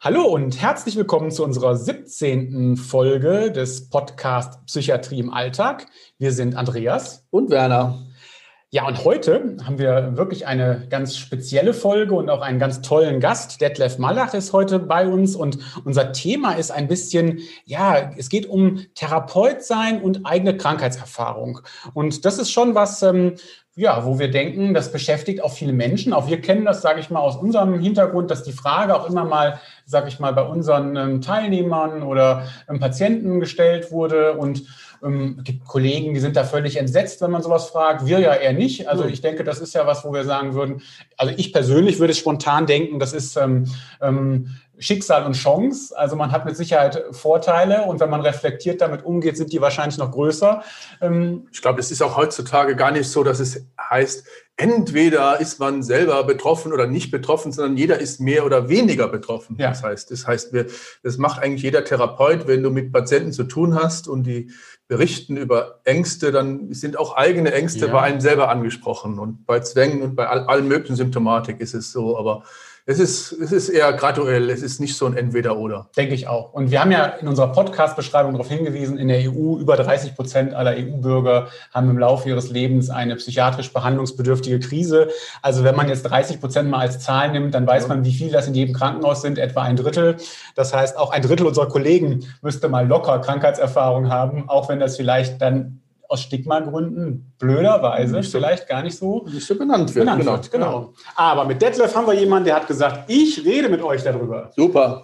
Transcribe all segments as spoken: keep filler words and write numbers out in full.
Hallo und herzlich willkommen zu unserer siebzehnten Folge des Podcasts Psychiatrie im Alltag. Wir sind Andreas und Werner. Ja, und heute haben wir wirklich eine ganz spezielle Folge und auch einen ganz tollen Gast. Detlef Mallach ist heute bei uns und unser Thema ist ein bisschen, ja, es geht um Therapeut sein und eigene Krankheitserfahrung. Und das ist schon was, ähm, ja, wo wir denken, das beschäftigt auch viele Menschen. Auch wir kennen das, sage ich mal, aus unserem Hintergrund, dass die Frage auch immer mal, sage ich mal, bei unseren ähm, Teilnehmern oder ähm, Patienten gestellt wurde. Und ähm, es gibt Kollegen, die sind da völlig entsetzt, wenn man sowas fragt. Wir ja eher nicht. Also ich denke, das ist ja was, wo wir sagen würden, also ich persönlich würde spontan denken, das ist ähm, ähm, Schicksal und Chance. Also man hat mit Sicherheit Vorteile und wenn man reflektiert damit umgeht, sind die wahrscheinlich noch größer. Ähm, ich glaube, es ist auch heutzutage gar nicht so, dass es heißt, entweder ist man selber betroffen oder nicht betroffen, sondern jeder ist mehr oder weniger betroffen. Ja. Das heißt, das heißt, wir, das macht eigentlich jeder Therapeut, wenn du mit Patienten zu tun hast und die berichten über Ängste, dann sind auch eigene Ängste ja. bei einem selber angesprochen. Und bei Zwängen und bei all, allen möglichen Symptomatik ist es so, aber Es ist, es ist eher graduell, es ist nicht so ein Entweder-Oder. Denke ich auch. Und wir haben ja in unserer Podcast-Beschreibung darauf hingewiesen, in der E U über dreißig Prozent aller E U-Bürger haben im Laufe ihres Lebens eine psychiatrisch behandlungsbedürftige Krise. Also wenn man jetzt dreißig Prozent mal als Zahl nimmt, dann weiß man, wie viel das in jedem Krankenhaus sind, etwa ein Drittel. Das heißt, auch ein Drittel unserer Kollegen müsste mal locker Krankheitserfahrung haben, auch wenn das vielleicht dann aus Stigmagründen blöderweise nicht so, vielleicht gar nicht so, nicht so benannt wird. Benannt genau. Wird, genau. Aber mit Detlef haben wir jemanden, der hat gesagt, ich rede mit euch darüber. Super.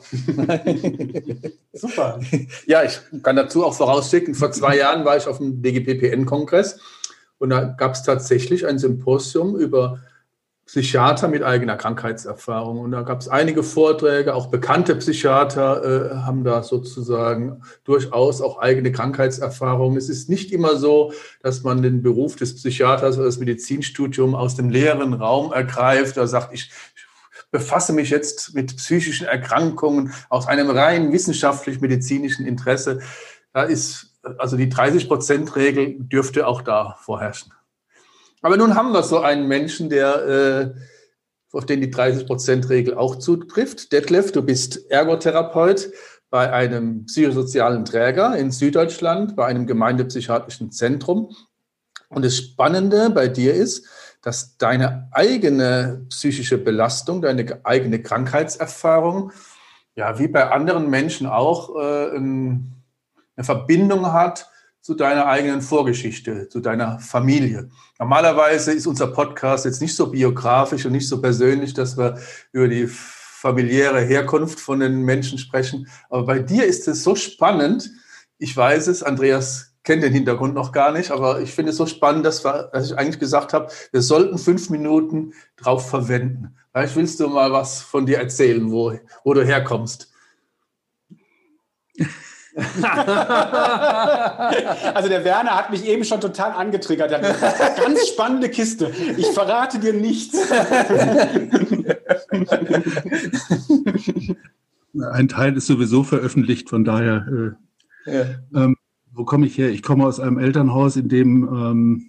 Super. Ja, ich kann dazu auch vorausschicken, vor zwei Jahren war ich auf dem D G P P N-Kongress und da gab es tatsächlich ein Symposium über Psychiater mit eigener Krankheitserfahrung. Und da gab es einige Vorträge, auch bekannte Psychiater äh, haben da sozusagen durchaus auch eigene Krankheitserfahrungen. Es ist nicht immer so, dass man den Beruf des Psychiaters oder das Medizinstudium aus dem leeren Raum ergreift oder sagt, ich befasse mich jetzt mit psychischen Erkrankungen aus einem rein wissenschaftlich-medizinischen Interesse. Da ist, also die dreißig-Prozent-Regel dürfte auch da vorherrschen. Aber nun haben wir so einen Menschen, der, äh, auf den die dreißig-Prozent-Regel auch zutrifft. Detlef, du bist Ergotherapeut bei einem psychosozialen Träger in Süddeutschland, bei einem gemeindepsychiatrischen Zentrum. Und das Spannende bei dir ist, dass deine eigene psychische Belastung, deine eigene Krankheitserfahrung, ja, wie bei anderen Menschen auch, äh, eine Verbindung hat zu deiner eigenen Vorgeschichte, zu deiner Familie. Normalerweise ist unser Podcast jetzt nicht so biografisch und nicht so persönlich, dass wir über die familiäre Herkunft von den Menschen sprechen. Aber bei dir ist es so spannend. Ich weiß es, Andreas kennt den Hintergrund noch gar nicht, aber ich finde es so spannend, dass, wir, dass ich eigentlich gesagt habe, wir sollten fünf Minuten drauf verwenden. Vielleicht willst du mal was von dir erzählen, wo, wo du herkommst. Also der Werner hat mich eben schon total angetriggert. Er hat gesagt, ganz spannende Kiste. Ich verrate dir nichts. Ein Teil ist sowieso veröffentlicht, von daher, äh, ja. ähm, wo komme ich her? Ich komme aus einem Elternhaus, in dem ähm,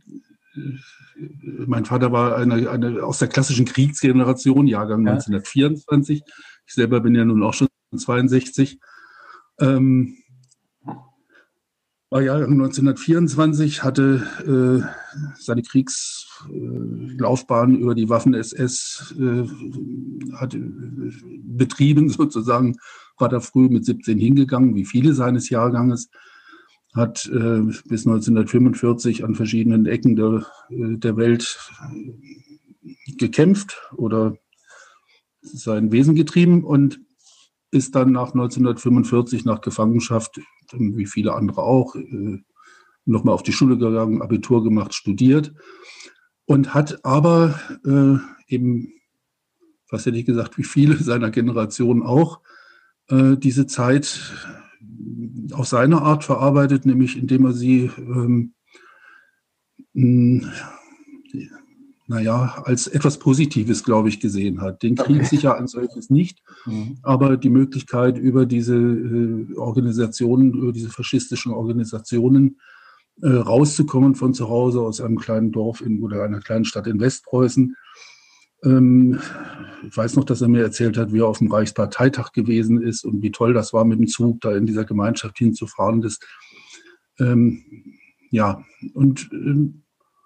mein Vater war eine, eine, aus der klassischen Kriegsgeneration, Jahrgang ja. neunzehnhundertvierundzwanzig. Ich selber bin ja nun auch schon zweiundsechzig. Ähm, war Jahrgang neunzehnhundertvierundzwanzig, hatte äh, seine Kriegslaufbahn äh, über die Waffen-S S äh, hat, äh, betrieben sozusagen, war da früh mit siebzehn hingegangen, wie viele seines Jahrganges, hat äh, bis neunzehnhundertfünfundvierzig an verschiedenen Ecken der, der Welt gekämpft oder sein Wesen getrieben und ist dann nach neunzehnhundertfünfundvierzig nach Gefangenschaft, wie viele andere auch, nochmal auf die Schule gegangen, Abitur gemacht, studiert und hat aber äh, eben, was hätte ich gesagt, wie viele seiner Generation auch, äh, diese Zeit auf seine Art verarbeitet, nämlich indem er sie ähm, mh, naja, als etwas Positives, glaube ich, gesehen hat. Den Krieg okay. sicher als solches nicht, mhm. aber die Möglichkeit, über diese äh, Organisationen, über diese faschistischen Organisationen äh, rauszukommen von zu Hause aus einem kleinen Dorf in, oder einer kleinen Stadt in Westpreußen, Ähm, ich weiß noch, dass er mir erzählt hat, wie er auf dem Reichsparteitag gewesen ist und wie toll das war, mit dem Zug da in dieser Gemeinschaft hinzufahren. Das, ähm, ja, und ähm,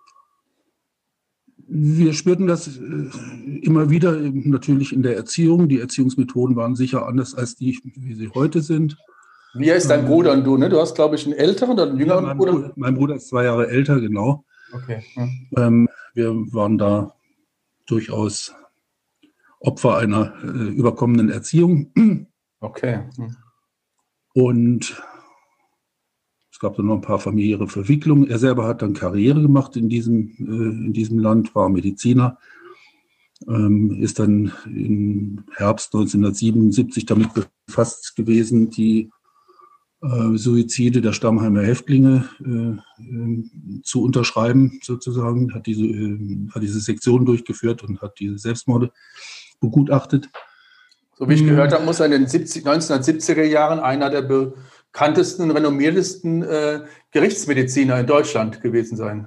wir spürten das äh, immer wieder natürlich in der Erziehung. Die Erziehungsmethoden waren sicher anders als die, wie sie heute sind. Wie heißt dein Bruder und du? Ne? Du hast, glaube ich, einen älteren oder einen jüngeren ja, mein Bruder? Bruder? Mein Bruder ist zwei Jahre älter, genau. Okay. Hm. Ähm, wir waren da durchaus Opfer einer äh, überkommenen Erziehung. Okay. Hm. Und es gab dann noch ein paar familiäre Verwicklungen. Er selber hat dann Karriere gemacht in diesem, äh, in diesem Land, war Mediziner, ähm, ist dann im Herbst neunzehnhundertsiebenundsiebzig damit befasst gewesen, die äh, Suizide der Stammheimer Häftlinge äh, äh, zu unterschreiben, sozusagen, hat diese, äh, hat diese Sektion durchgeführt und hat diese Selbstmorde begutachtet. So wie ich gehört habe, muss er in den neunzehnhundertsiebziger Jahren einer der bekanntesten, renommiertesten äh, Gerichtsmediziner in Deutschland gewesen sein.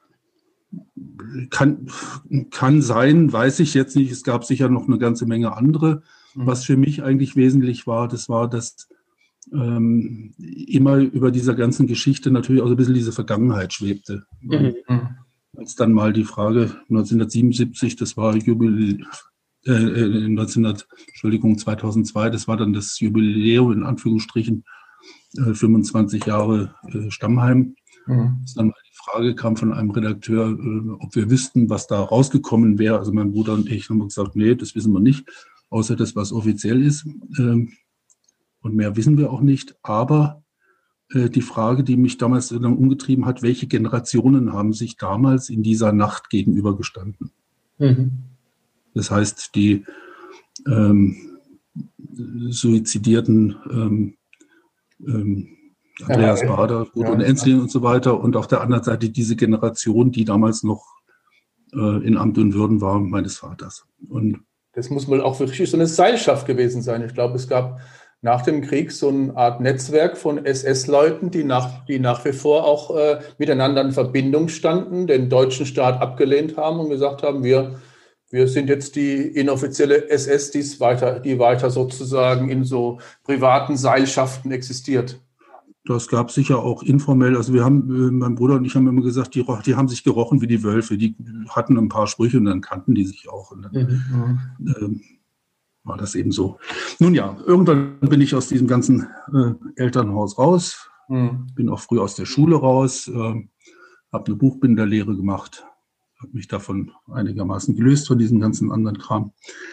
Kann, kann sein, weiß ich jetzt nicht. Es gab sicher noch eine ganze Menge andere. Mhm. Was für mich eigentlich wesentlich war, das war, dass ähm, immer über dieser ganzen Geschichte natürlich auch ein bisschen diese Vergangenheit schwebte. Mhm. Als dann mal die Frage neunzehnhundertsiebenundsiebzig, das war Jubiläum, äh, neunzehnhundert, Entschuldigung, zweitausendzwei, das war dann das Jubiläum, in Anführungsstrichen, äh, fünfundzwanzig Jahre äh, Stammheim. Mhm. Dass dann mal die Frage kam von einem Redakteur, äh, ob wir wüssten, was da rausgekommen wäre. Also mein Bruder und ich haben gesagt, nee, das wissen wir nicht, außer das, was offiziell ist. Ähm, und mehr wissen wir auch nicht. Aber äh, die Frage, die mich damals dann umgetrieben hat, welche Generationen haben sich damals in dieser Nacht gegenübergestanden? Mhm. Das heißt, die ähm, suizidierten ähm, ähm, Andreas ja, Bader, Gudrun ja, Ensslin und so weiter und auf der anderen Seite diese Generation, die damals noch äh, in Amt und Würden war, meines Vaters. Und das muss wohl auch wirklich so eine Seilschaft gewesen sein. Ich glaube, es gab nach dem Krieg so eine Art Netzwerk von S S-Leuten, die nach, die nach wie vor auch äh, miteinander in Verbindung standen, den deutschen Staat abgelehnt haben und gesagt haben, wir Wir sind jetzt die inoffizielle S S, die's weiter, die weiter sozusagen in so privaten Seilschaften existiert. Das gab sicher auch informell. Also wir haben, mein Bruder und ich haben immer gesagt, die, die haben sich gerochen wie die Wölfe. Die hatten ein paar Sprüche und dann kannten die sich auch. Und dann mhm. ähm, war das eben so. Nun ja, irgendwann bin ich aus diesem ganzen äh, Elternhaus raus. Mhm. Bin auch früh aus der Schule raus. Äh, habe eine Buchbinderlehre gemacht. Habe mich davon einigermaßen gelöst von diesem ganzen anderen Kram.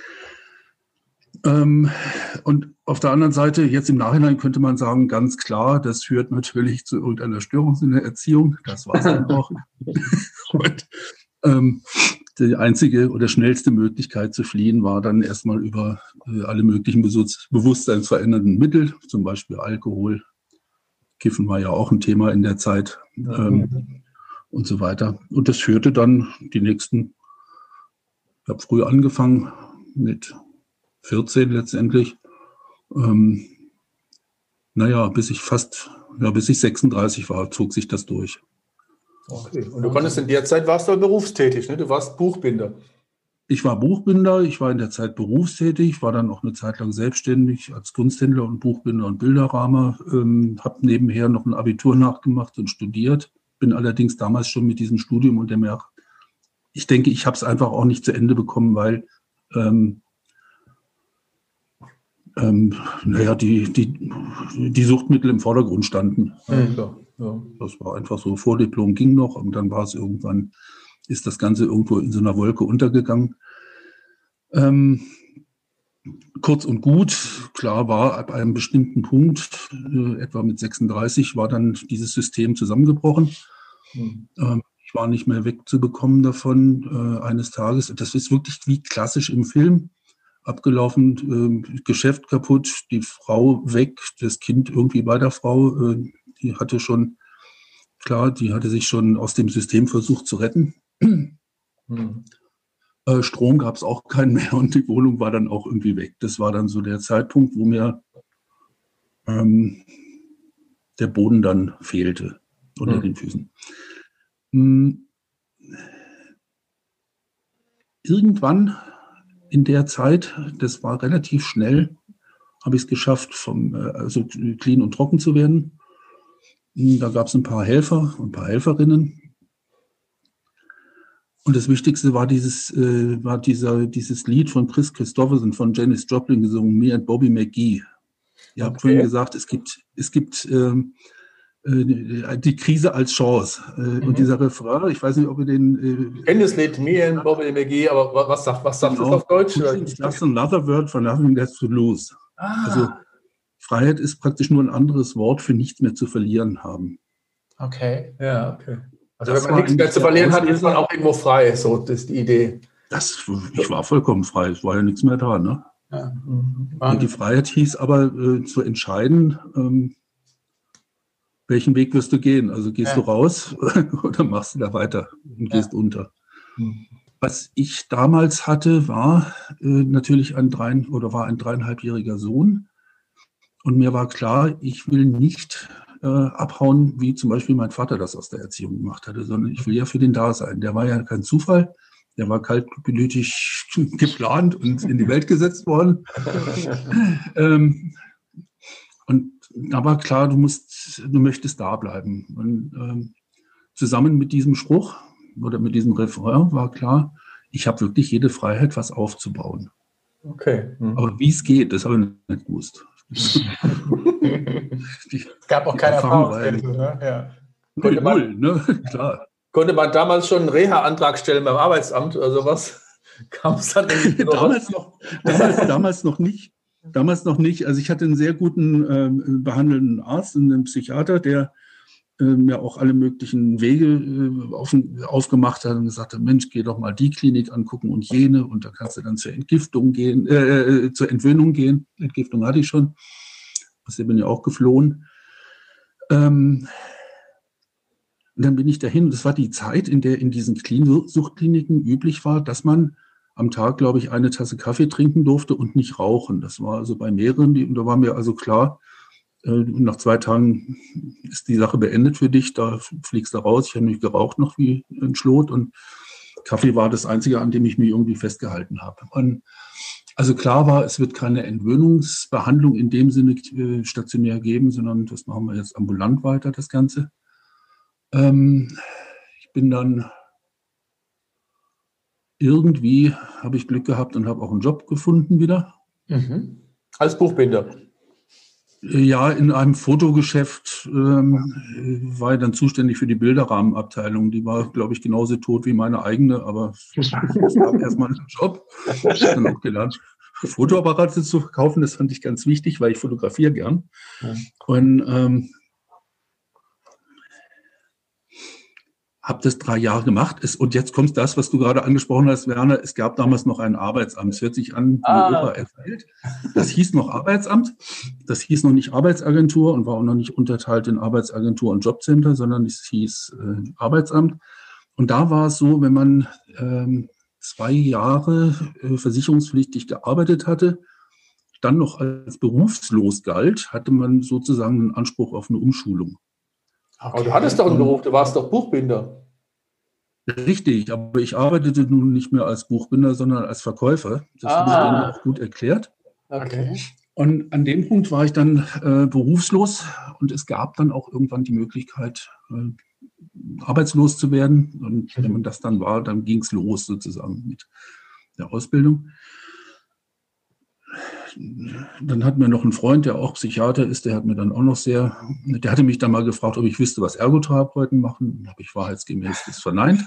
Ähm, und auf der anderen Seite, jetzt im Nachhinein könnte man sagen, ganz klar, das führt natürlich zu irgendeiner Störung in der Erziehung. Das war es dann auch. Und ähm, die einzige oder schnellste Möglichkeit zu fliehen war dann erstmal über äh, alle möglichen Besitz, bewusstseinsverändernden Mittel, zum Beispiel Alkohol. Kiffen war ja auch ein Thema in der Zeit. Ähm, und so weiter. Und das führte dann die nächsten, ich habe früh angefangen, mit vierzehn letztendlich, ähm, naja, bis ich fast, ja, bis ich sechsunddreißig war, zog sich das durch. Okay. Und du konntest in der Zeit, warst du berufstätig, ne? Du warst Buchbinder. Ich war Buchbinder, ich war in der Zeit berufstätig, war dann auch eine Zeit lang selbstständig als Kunsthändler und Buchbinder und Bilderrahmer, ähm, habe nebenher noch ein Abitur nachgemacht und studiert. Bin allerdings damals schon mit diesem Studium und dem, ich denke, ich habe es einfach auch nicht zu Ende bekommen, weil ähm, ähm, naja, die, die, die Suchtmittel im Vordergrund standen. Mhm. Ja, ja. Das war einfach so, Vordiplom ging noch und dann war es irgendwann, ist das Ganze irgendwo in so einer Wolke untergegangen. Ähm, kurz und gut, klar war, ab einem bestimmten Punkt, äh, etwa mit sechsunddreißig, war dann dieses System zusammengebrochen. Mhm. Ähm, ich war nicht mehr wegzubekommen davon äh, eines Tages. Das ist wirklich wie klassisch im Film abgelaufen, äh, Geschäft kaputt, die Frau weg, das Kind irgendwie bei der Frau, äh, die hatte schon, klar, die hatte sich schon aus dem System versucht zu retten. Mhm. Äh, Strom gab es auch keinen mehr und die Wohnung war dann auch irgendwie weg. Das war dann so der Zeitpunkt, wo mir ähm, der Boden dann fehlte unter mhm. den Füßen. Hm. irgendwann in der Zeit, das war relativ schnell, habe ich es geschafft, vom, also clean und trocken zu werden. Da gab es ein paar Helfer und ein paar Helferinnen. Und das Wichtigste war dieses, äh, war dieser, dieses Lied von Chris Christopherson, von Janis Joplin gesungen, Me and Bobby McGee. Ihr habt okay. vorhin gesagt, es gibt, es gibt ähm, äh, die Krise als Chance. Äh, mhm. Und dieser Refrain, ich weiß nicht, ob ihr den... Äh, ich kenne das Lied Me and Bobby McGee, aber was sagt, was sagt genau, das auf Deutsch? That's another word for nothing left to lose. Ah. Also Freiheit ist praktisch nur ein anderes Wort für nichts mehr zu verlieren haben. Okay, ja, okay. Also das wenn man nichts mehr zu verlieren hat, ist man auch irgendwo frei. So, das ist die Idee. Das, ich war vollkommen frei. Es war ja nichts mehr da. Ne? Ja. Und die Freiheit hieß aber äh, zu entscheiden, ähm, welchen Weg wirst du gehen. Also gehst ja. du raus oder machst du da weiter und ja. gehst unter. Mhm. Was ich damals hatte, war äh, natürlich ein drei oder war ein dreieinhalbjähriger Sohn. Und mir war klar, ich will nicht äh, abhauen, wie zum Beispiel mein Vater das aus der Erziehung gemacht hatte, sondern ich will ja für den da sein. Der war ja kein Zufall, der war kaltblütig geplant und in die Welt gesetzt worden. ähm, und da war klar, du musst, du möchtest da bleiben. Und ähm, zusammen mit diesem Spruch oder mit diesem Refrain war klar, ich habe wirklich jede Freiheit, was aufzubauen. Okay. Mhm. Aber wie es geht, das habe ich nicht gewusst. Es gab auch keine Erfahrungswerte, ne? Ja. Null, null, ne? Klar. Konnte man damals schon einen Reha-Antrag stellen beim Arbeitsamt oder sowas? Kam es dann irgendwie damals, noch, damals, damals noch nicht. Damals noch nicht. Also ich hatte einen sehr guten äh, behandelnden Arzt, einen Psychiater, der äh, mir auch alle möglichen Wege äh, auf, aufgemacht hat und gesagt hat, Mensch, geh doch mal die Klinik angucken und jene und da kannst du dann zur Entgiftung gehen, äh, zur Entwöhnung gehen. Entgiftung hatte ich schon. Aus der bin ich auch geflohen. Ähm, und dann bin ich dahin. Das war die Zeit, in der in diesen Suchtkliniken üblich war, dass man am Tag, glaube ich, eine Tasse Kaffee trinken durfte und nicht rauchen. Das war also bei mehreren, die, und da war mir also klar, äh, nach zwei Tagen ist die Sache beendet für dich, da fliegst du raus. Ich habe mich geraucht noch wie ein Schlot und Kaffee war das Einzige, an dem ich mich irgendwie festgehalten habe. Und also klar war, es wird keine Entwöhnungsbehandlung in dem Sinne äh, stationär geben, sondern das machen wir jetzt ambulant weiter, das Ganze. Ähm, ich bin dann irgendwie, habe ich Glück gehabt und habe auch einen Job gefunden wieder. Mhm. Als Buchbinder? Ja, in einem Fotogeschäft ähm, war ich dann zuständig für die Bilderrahmenabteilung. Die war, glaube ich, genauso tot wie meine eigene, aber es gab erstmal einen Job. Ich habe dann auch gelernt, Fotoapparate zu verkaufen. Das fand ich ganz wichtig, weil ich fotografiere gern. Ja. Und ähm, habe das drei Jahre gemacht. Es, und jetzt kommt das, was du gerade angesprochen hast, Werner. Es gab damals noch ein Arbeitsamt. Es hört sich an, wie ah. Opa erzählt. Das hieß noch Arbeitsamt. Das hieß noch nicht Arbeitsagentur und war auch noch nicht unterteilt in Arbeitsagentur und Jobcenter, sondern es hieß äh, Arbeitsamt. Und da war es so, wenn man ähm, zwei Jahre äh, versicherungspflichtig gearbeitet hatte, dann noch als berufslos galt, hatte man sozusagen einen Anspruch auf eine Umschulung. Okay. Aber du hattest doch einen Beruf, du warst doch Buchbinder. Richtig, aber ich arbeitete nun nicht mehr als Buchbinder, sondern als Verkäufer. Das ah. habe ich denen auch gut erklärt. Okay. Und an dem Punkt war ich dann äh, berufslos und es gab dann auch irgendwann die Möglichkeit, äh, arbeitslos zu werden. Und mhm. wenn man das dann war, dann ging es los sozusagen mit der Ausbildung. Dann hatten wir noch einen Freund, der auch Psychiater ist, der hat mir dann auch noch sehr, der hatte mich dann mal gefragt, ob ich wüsste, was Ergotherapeuten machen. Dann habe ich wahrheitsgemäß das verneint.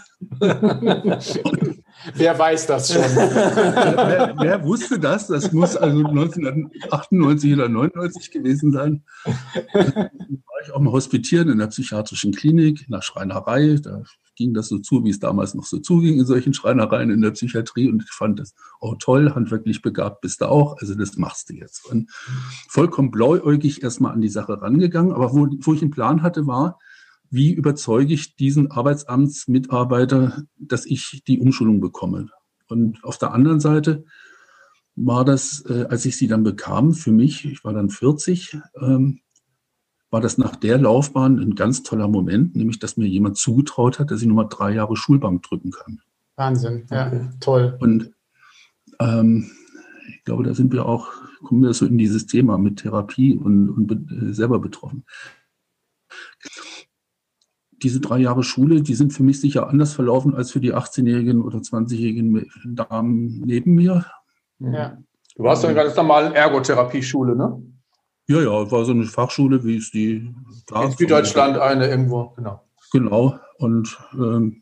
Wer weiß das schon? wer, wer wusste das? Das muss also neunzehnhundertachtundneunzig oder neunundneunzig gewesen sein. Dann war ich auch mal hospitieren in der psychiatrischen Klinik, in der Schreinerei. Da ging das so zu, wie es damals noch so zuging in solchen Schreinereien in der Psychiatrie. Und ich fand das, oh toll, handwerklich begabt bist du auch. Also das machst du jetzt. Und vollkommen blauäugig erstmal an die Sache rangegangen. Aber wo, wo ich einen Plan hatte, war, wie überzeuge ich diesen Arbeitsamtsmitarbeiter, dass ich die Umschulung bekomme. Und auf der anderen Seite war das, äh, als ich sie dann bekam, für mich, ich war dann vierzig, ähm, war das nach der Laufbahn ein ganz toller Moment, nämlich, dass mir jemand zugetraut hat, dass ich nochmal drei Jahre Schulbank drücken kann. Wahnsinn, ja, okay. Toll. Und ähm, ich glaube, da sind wir auch, kommen wir so in dieses Thema mit Therapie und, und be- selber betroffen. Diese drei Jahre Schule, die sind für mich sicher anders verlaufen als für die achtzehnjährigen oder zwanzigjährigen Damen neben mir. Ja. Du warst ja in einer ganz normalen Ergotherapieschule, ne? Ja, ja, war so eine Fachschule, wie es die gab. In Süddeutschland eine irgendwo, genau. Genau, und ähm,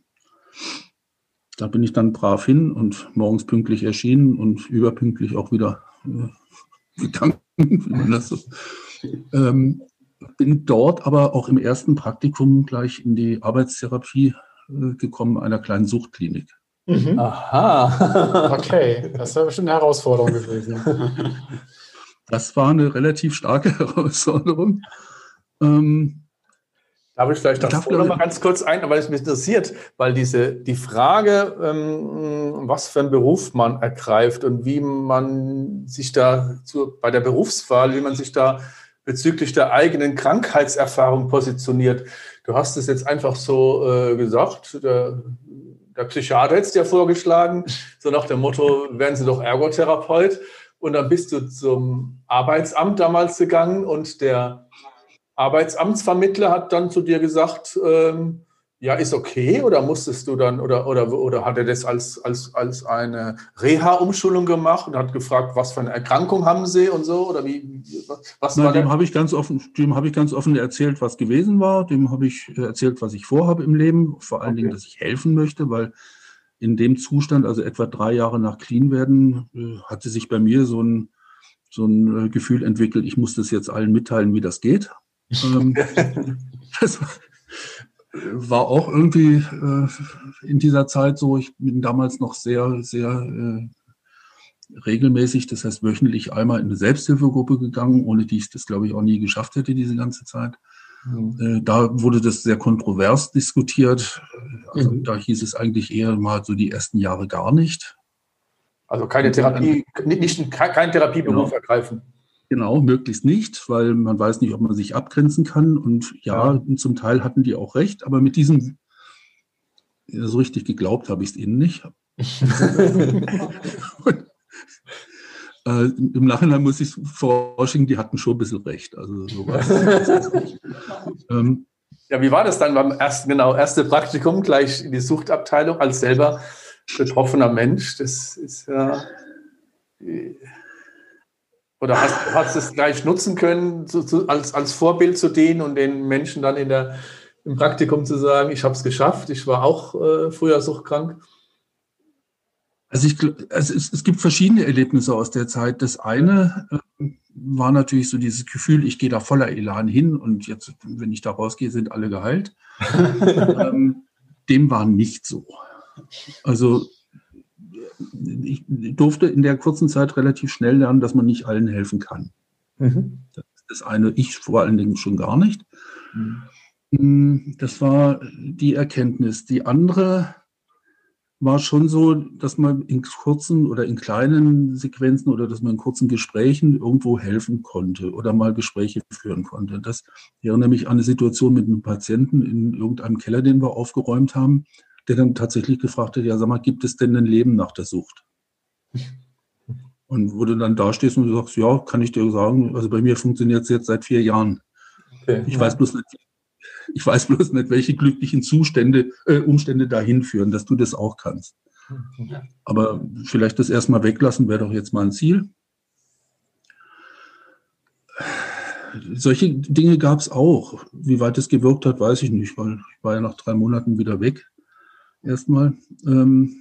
da bin ich dann brav hin und morgens pünktlich erschienen und überpünktlich auch wieder äh, gegangen, wie man das so. Ähm, bin dort aber auch im ersten Praktikum gleich in die Arbeitstherapie äh, gekommen, einer kleinen Suchtklinik. Mhm. Aha. Okay, das wäre bestimmt eine Herausforderung gewesen. Das war eine relativ starke Herausforderung. Ähm, Darf ich vielleicht das noch mal ganz kurz ein, weil es mich interessiert, weil diese, die Frage, ähm, was für einen Beruf man ergreift und wie man sich da zu, bei der Berufswahl, wie man sich da bezüglich der eigenen Krankheitserfahrung positioniert. Du hast es jetzt einfach so äh, gesagt, der, der Psychiater hat es dir vorgeschlagen, so nach dem Motto, werden Sie doch Ergotherapeut. Und dann bist du zum Arbeitsamt damals gegangen und der Arbeitsamtsvermittler hat dann zu dir gesagt, ähm, ja, ist okay, oder musstest du dann, oder, oder, oder hat er das als, als, als eine Reha-Umschulung gemacht und hat gefragt, was für eine Erkrankung haben Sie und so, oder wie, was Nein, war dem habe ich ganz offen, dem habe ich ganz offen erzählt, was gewesen war, dem habe ich erzählt, was ich vorhabe im Leben, vor allen okay. Dingen, dass ich helfen möchte, weil in dem Zustand, also etwa drei Jahre nach Clean werden, äh, hatte sich bei mir so ein, so ein äh, Gefühl entwickelt, ich muss das jetzt allen mitteilen, wie das geht. ähm, das war, war auch irgendwie äh, in dieser Zeit so, ich bin damals noch sehr, sehr äh, regelmäßig, das heißt wöchentlich einmal in eine Selbsthilfegruppe gegangen, ohne die ich das, glaube ich, auch nie geschafft hätte, diese ganze Zeit. Mhm. Äh, da wurde das sehr kontrovers diskutiert. Also mhm. da hieß es eigentlich eher mal so die ersten Jahre gar nicht. Also keine Therapie, nicht, nicht kein Therapieberuf genau. ergreifen. Genau, möglichst nicht, weil man weiß nicht, ob man sich abgrenzen kann. Und ja, ja. zum Teil hatten die auch recht, aber mit diesem, so richtig geglaubt habe ich es ihnen nicht. Und, äh, im Nachhinein muss ich vorausschicken, die hatten schon ein bisschen recht. Also sowas. ähm, ja, wie war das dann beim ersten, genau, erste Praktikum, gleich in die Suchtabteilung als selber betroffener Mensch? Das ist ja... Oder hast, hast du es gleich nutzen können, so, so als, als Vorbild zu dienen und den Menschen dann in der, im Praktikum zu sagen, ich habe es geschafft, ich war auch äh, früher suchtkrank? Also, ich, also es, es gibt verschiedene Erlebnisse aus der Zeit. Das eine äh, war natürlich so dieses Gefühl, ich gehe da voller Elan hin und jetzt, wenn ich da rausgehe, sind alle geheilt. ähm, dem war nicht so. Also ich durfte in der kurzen Zeit relativ schnell lernen, dass man nicht allen helfen kann. Mhm. Das ist das eine, ich vor allen Dingen schon gar nicht. Mhm. Das war die Erkenntnis. Die andere war schon so, dass man in kurzen oder in kleinen Sequenzen oder dass man in kurzen Gesprächen irgendwo helfen konnte oder mal Gespräche führen konnte. Das erinnert mich an eine Situation mit einem Patienten in irgendeinem Keller, den wir aufgeräumt haben, der dann tatsächlich gefragt hat, ja, sag mal, gibt es denn ein Leben nach der Sucht? Und wo du dann da stehst und du sagst, ja, kann ich dir sagen, also bei mir funktioniert es jetzt seit vier Jahren. Okay, ich, ja. weiß bloß nicht, ich weiß bloß nicht, welche glücklichen Zustände, äh, Umstände dahin führen, dass du das auch kannst. Ja. Aber vielleicht das erstmal weglassen wäre doch jetzt mal ein Ziel. Solche Dinge gab es auch. Wie weit es gewirkt hat, weiß ich nicht, weil ich war ja nach drei Monaten wieder weg. Erstmal. Ähm,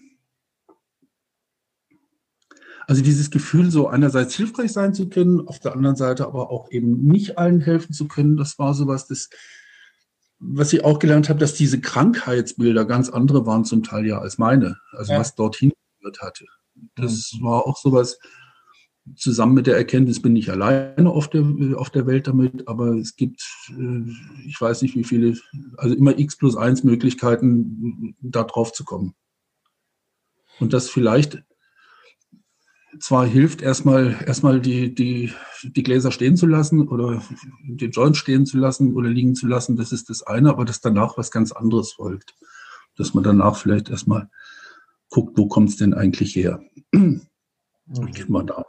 also dieses Gefühl, so einerseits hilfreich sein zu können, auf der anderen Seite aber auch eben nicht allen helfen zu können, das war sowas, das, was ich auch gelernt habe, dass diese Krankheitsbilder ganz andere waren zum Teil ja als meine, also ja. was dorthin geführt hatte. Das mhm. war auch sowas, zusammen mit der Erkenntnis bin ich alleine auf der, auf der Welt damit, aber es gibt, ich weiß nicht wie viele, also immer x plus eins Möglichkeiten, da drauf zu kommen. Und das vielleicht zwar hilft, erstmal, erstmal die, die, die Gläser stehen zu lassen oder den Joint stehen zu lassen oder liegen zu lassen, das ist das eine, aber dass danach was ganz anderes folgt. Dass man danach vielleicht erstmal guckt, wo kommt es denn eigentlich her? Wie geht man da dran?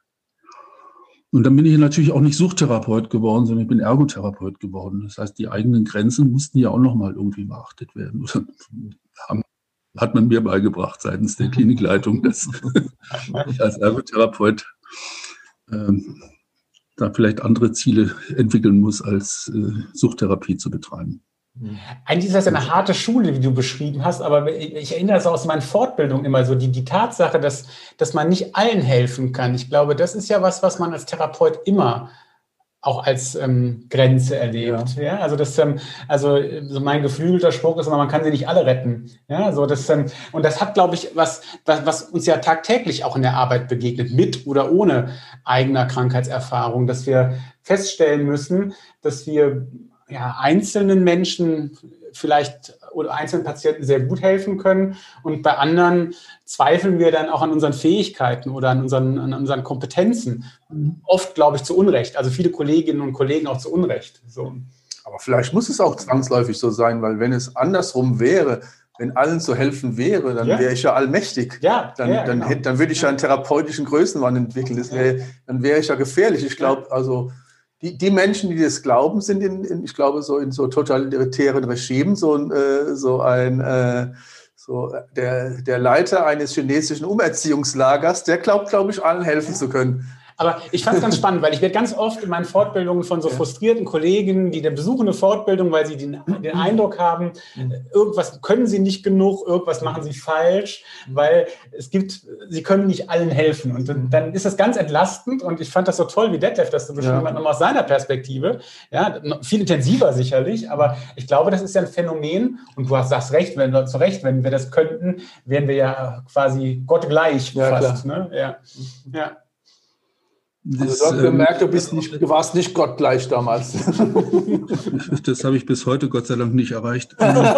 Und dann bin ich natürlich auch nicht Suchttherapeut geworden, sondern ich bin Ergotherapeut geworden. Das heißt, die eigenen Grenzen mussten ja auch nochmal irgendwie beachtet werden. Oder haben, hat man mir beigebracht seitens der Klinikleitung, dass ich als Ergotherapeut ähm, da vielleicht andere Ziele entwickeln muss, als äh, Suchttherapie zu betreiben. Eigentlich ist das ja eine harte Schule, wie du beschrieben hast, aber ich erinnere das aus meinen Fortbildungen immer so, die, die Tatsache, dass, dass man nicht allen helfen kann. Ich glaube, das ist ja was, was man als Therapeut immer auch als ähm, Grenze erlebt. Ja. Ja? Also, das, ähm, also so mein geflügelter Spruch ist immer, man kann sie nicht alle retten. Ja? So, das, ähm, und das hat, glaube ich, was, was, was uns ja tagtäglich auch in der Arbeit begegnet, mit oder ohne eigener Krankheitserfahrung, dass wir feststellen müssen, dass wir ja, einzelnen Menschen vielleicht oder einzelnen Patienten sehr gut helfen können und bei anderen zweifeln wir dann auch an unseren Fähigkeiten oder an unseren, an unseren Kompetenzen. Oft, glaube ich, zu Unrecht. Also viele Kolleginnen und Kollegen auch zu Unrecht. So. Aber vielleicht muss es auch zwangsläufig so sein, weil wenn es andersrum wäre, wenn allen zu helfen wäre, dann ja. wäre ich ja allmächtig. Ja, dann, ja, dann, genau. hätte, dann würde ich ja einen therapeutischen Größenwahn entwickeln. Das wär, dann wäre ich ja gefährlich. Ich glaube, also Die, die Menschen, die das glauben, sind in, in, ich glaube, so in so totalitären Regimen, so ein, äh, so ein äh, so der, der Leiter eines chinesischen Umerziehungslagers, der glaubt, glaube ich, allen helfen zu können. Aber ich fand es ganz spannend, weil ich werde ganz oft in meinen Fortbildungen von so ja. frustrierten Kollegen, die dann besuchen eine Fortbildung, weil sie den, den Eindruck haben, irgendwas können sie nicht genug, irgendwas machen sie falsch, weil es gibt, sie können nicht allen helfen. Und dann ist das ganz entlastend und ich fand das so toll, wie Detlef das so beschrieben ja. hat, nochmal aus seiner Perspektive. Ja, viel intensiver sicherlich, aber ich glaube, das ist ja ein Phänomen und du hast, sagst recht, wenn du zu Recht, wenn wir das könnten, wären wir ja quasi gottgleich ja, fast. Ne? Ja, ja. Also du hast gemerkt, du, bist nicht, du warst nicht gottgleich damals. Das habe ich bis heute Gott sei Dank nicht erreicht.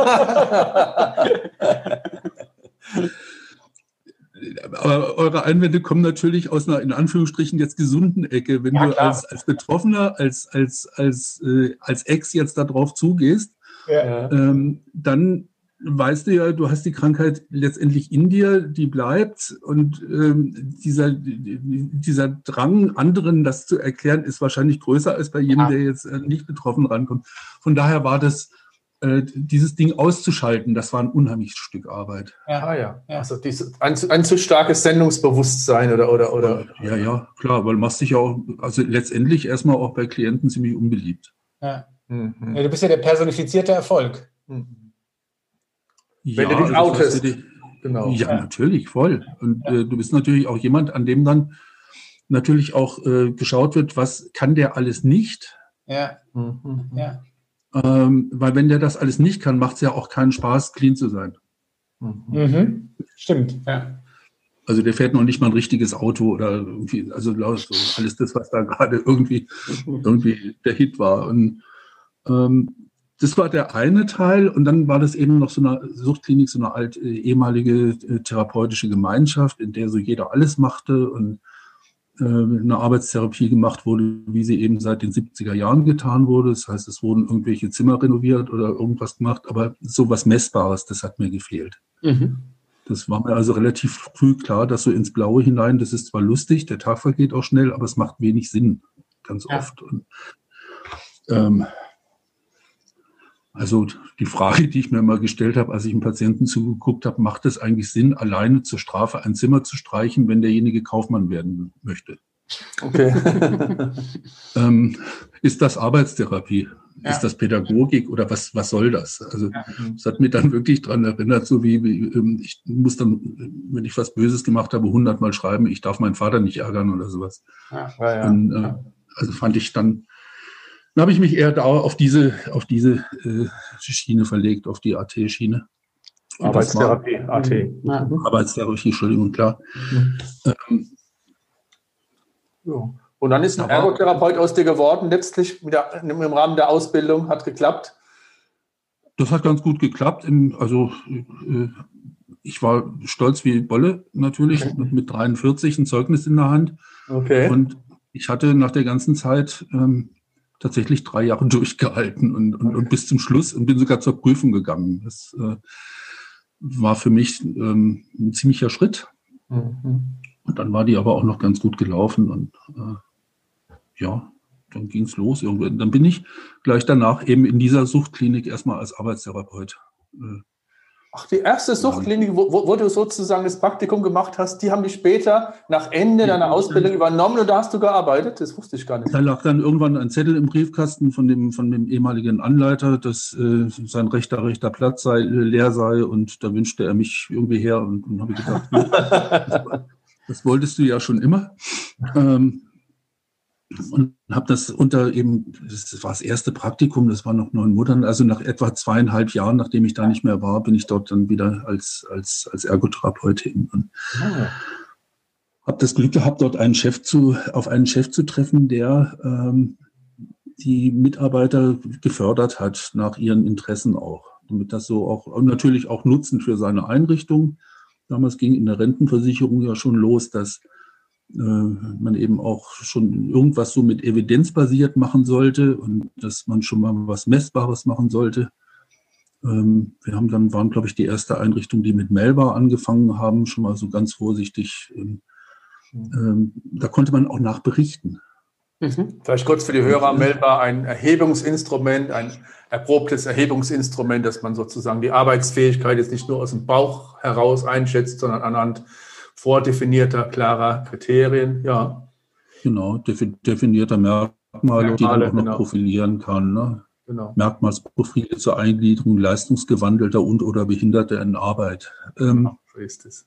Aber eure Einwände kommen natürlich aus einer, in Anführungsstrichen, jetzt gesunden Ecke. Wenn ja, du als, als Betroffener, als, als, als, äh, als Ex jetzt da drauf zugehst, ja. ähm, dann weißt du ja, du hast die Krankheit letztendlich in dir, die bleibt und ähm, dieser, dieser Drang, anderen das zu erklären, ist wahrscheinlich größer als bei jedem, der jetzt äh, nicht betroffen rankommt. Von daher war das, äh, dieses Ding auszuschalten, das war ein unheimliches Stück Arbeit. Ja, ah, ja. ja. Also diese, ein, ein zu starkes Sendungsbewusstsein oder, oder, oder. Ja, ja, klar, weil du machst dich ja auch, also letztendlich erstmal auch bei Klienten ziemlich unbeliebt. Ja. Mhm. Ja, du bist ja der personifizierte Erfolg. Mhm. Wenn ja, du dich outest. Also, genau. Ja, ja, natürlich, voll. Und ja. äh, du bist natürlich auch jemand, an dem dann natürlich auch äh, geschaut wird, was kann der alles nicht. Ja. Mhm. ja. Ähm, weil wenn der das alles nicht kann, macht es ja auch keinen Spaß, clean zu sein. Mhm. Stimmt, ja. Also der fährt noch nicht mal ein richtiges Auto oder irgendwie, also so alles das, was da gerade irgendwie, irgendwie der Hit war. Und ähm, das war der eine Teil und dann war das eben noch so eine Suchtklinik, so eine alte, äh, ehemalige äh, therapeutische Gemeinschaft, in der so jeder alles machte und äh, eine Arbeitstherapie gemacht wurde, wie sie eben seit den siebziger Jahren getan wurde. Das heißt, es wurden irgendwelche Zimmer renoviert oder irgendwas gemacht, aber so was Messbares, das hat mir gefehlt. Mhm. Das war mir also relativ früh klar, dass so ins Blaue hinein, das ist zwar lustig, der Tag vergeht auch schnell, aber es macht wenig Sinn, ganz ja. oft. Und, ähm, Also die Frage, die ich mir mal gestellt habe, als ich einem Patienten zugeguckt habe, macht es eigentlich Sinn, alleine zur Strafe ein Zimmer zu streichen, wenn derjenige Kaufmann werden möchte? Okay. ähm, ist das Arbeitstherapie? Ja. Ist das Pädagogik oder was, was soll das? Also ja. das hat mich dann wirklich daran erinnert, so wie, wie ich muss dann, wenn ich was Böses gemacht habe, hundertmal schreiben, ich darf meinen Vater nicht ärgern oder sowas. Ja. Ja, ja. Und, äh, also fand ich dann, Dann habe ich mich eher da auf diese, auf diese äh, Schiene verlegt, auf die A T-Schiene. Arbeitstherapie, A T. Ja. Arbeitstherapie, Entschuldigung, klar. Mhm. Ähm, so. Und dann ist ein Ergotherapeut aus dir geworden, letztlich mit der, im Rahmen der Ausbildung, hat geklappt? Das hat ganz gut geklappt. Also äh, ich war stolz wie Bolle natürlich, okay. mit, mit dreiundvierzig ein Zeugnis in der Hand. Okay. Und ich hatte nach der ganzen Zeit ähm, tatsächlich drei Jahre durchgehalten und, und, und bis zum Schluss und bin sogar zur Prüfung gegangen. Das, äh, war für mich ähm, ein ziemlicher Schritt. Mhm. Und dann war die aber auch noch ganz gut gelaufen und äh, ja, dann ging es los. Irgendwann. Dann bin ich gleich danach eben in dieser Suchtklinik erstmal als Arbeitstherapeut. Äh, Ach, die erste Suchtklinik, wo, wo, wo du sozusagen das Praktikum gemacht hast, die haben dich später nach Ende deiner Ausbildung übernommen und da hast du gearbeitet? Das wusste ich gar nicht. Da lag dann irgendwann ein Zettel im Briefkasten von dem, von dem ehemaligen Anleiter, dass äh, sein rechter, rechter Platz sei, leer sei und da wünschte er mich irgendwie her und, und habe ich gedacht, das, das wolltest du ja schon immer. Ähm, Und habe das unter eben, das war das erste Praktikum, das war noch neun Monate, also nach etwa zweieinhalb Jahren, nachdem ich da nicht mehr war, bin ich dort dann wieder als, als, als Ergotherapeut hin. Und oh. habe das Glück gehabt, dort einen Chef zu, auf einen Chef zu treffen, der ähm, die Mitarbeiter gefördert hat, nach ihren Interessen auch. Damit das so auch, und natürlich auch Nutzen für seine Einrichtung. Damals ging in der Rentenversicherung ja schon los, dass man eben auch schon irgendwas so mit evidenzbasiert machen sollte und dass man schon mal was Messbares machen sollte. Wir haben dann, waren, glaube ich, die erste Einrichtung, die mit Melba angefangen haben, schon mal so ganz vorsichtig. Da konnte man auch nachberichten. Mhm. Vielleicht kurz für die Hörer, Melba, ein Erhebungsinstrument, ein erprobtes Erhebungsinstrument, dass man sozusagen die Arbeitsfähigkeit jetzt nicht nur aus dem Bauch heraus einschätzt, sondern anhand vordefinierter, klarer Kriterien, ja. Genau, definierter Merkmale, Merkmale die man auch noch genau. profilieren kann. Ne? Genau. Merkmalsprofile zur Eingliederung leistungsgewandelter und oder Behinderter in Arbeit. Ähm, so ist es.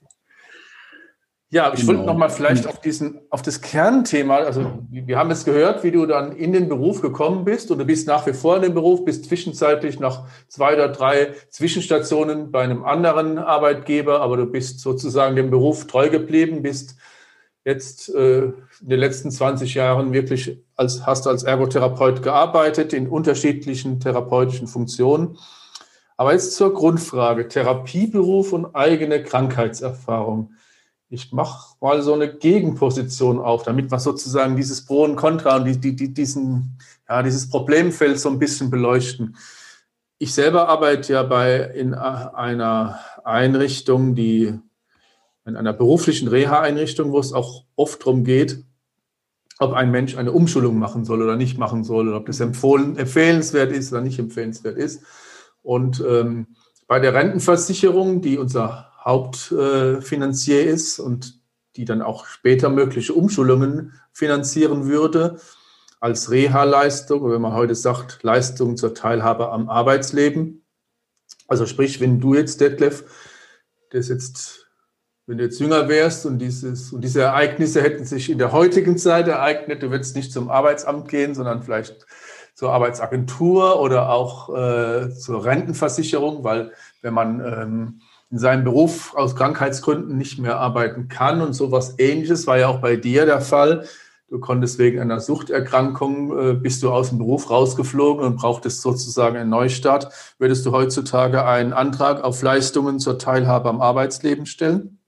Ja, ich genau. wollte nochmal vielleicht auf, diesen, auf das Kernthema, also wir haben es gehört, wie du dann in den Beruf gekommen bist und du bist nach wie vor in dem Beruf, bist zwischenzeitlich nach zwei oder drei Zwischenstationen bei einem anderen Arbeitgeber, aber du bist sozusagen dem Beruf treu geblieben, bist jetzt äh, in den letzten zwanzig Jahren wirklich als, hast als Ergotherapeut gearbeitet in unterschiedlichen therapeutischen Funktionen. Aber jetzt zur Grundfrage, Therapieberuf und eigene Krankheitserfahrung. Ich mache mal so eine Gegenposition auf, damit wir sozusagen dieses Pro und Contra und die, die, die, diesen, ja, dieses Problemfeld so ein bisschen beleuchten. Ich selber arbeite ja bei, in einer Einrichtung, die, in einer beruflichen Reha-Einrichtung, wo es auch oft darum geht, ob ein Mensch eine Umschulung machen soll oder nicht machen soll, oder ob das empfohlen, empfehlenswert ist oder nicht empfehlenswert ist. Und ähm, bei der Rentenversicherung, die unser Hauptfinanzier äh, ist und die dann auch später mögliche Umschulungen finanzieren würde, als Reha-Leistung, oder wenn man heute sagt, Leistung zur Teilhabe am Arbeitsleben. Also sprich, wenn du jetzt, Detlef, das jetzt, wenn du jetzt jünger wärst und, dieses, und diese Ereignisse hätten sich in der heutigen Zeit ereignet, du würdest nicht zum Arbeitsamt gehen, sondern vielleicht zur Arbeitsagentur oder auch äh, zur Rentenversicherung, weil wenn man ähm, in seinem Beruf aus Krankheitsgründen nicht mehr arbeiten kann und sowas Ähnliches war ja auch bei dir der Fall. Du konntest wegen einer Suchterkrankung, äh, bist du aus dem Beruf rausgeflogen und brauchtest sozusagen einen Neustart. Würdest du heutzutage einen Antrag auf Leistungen zur Teilhabe am Arbeitsleben stellen?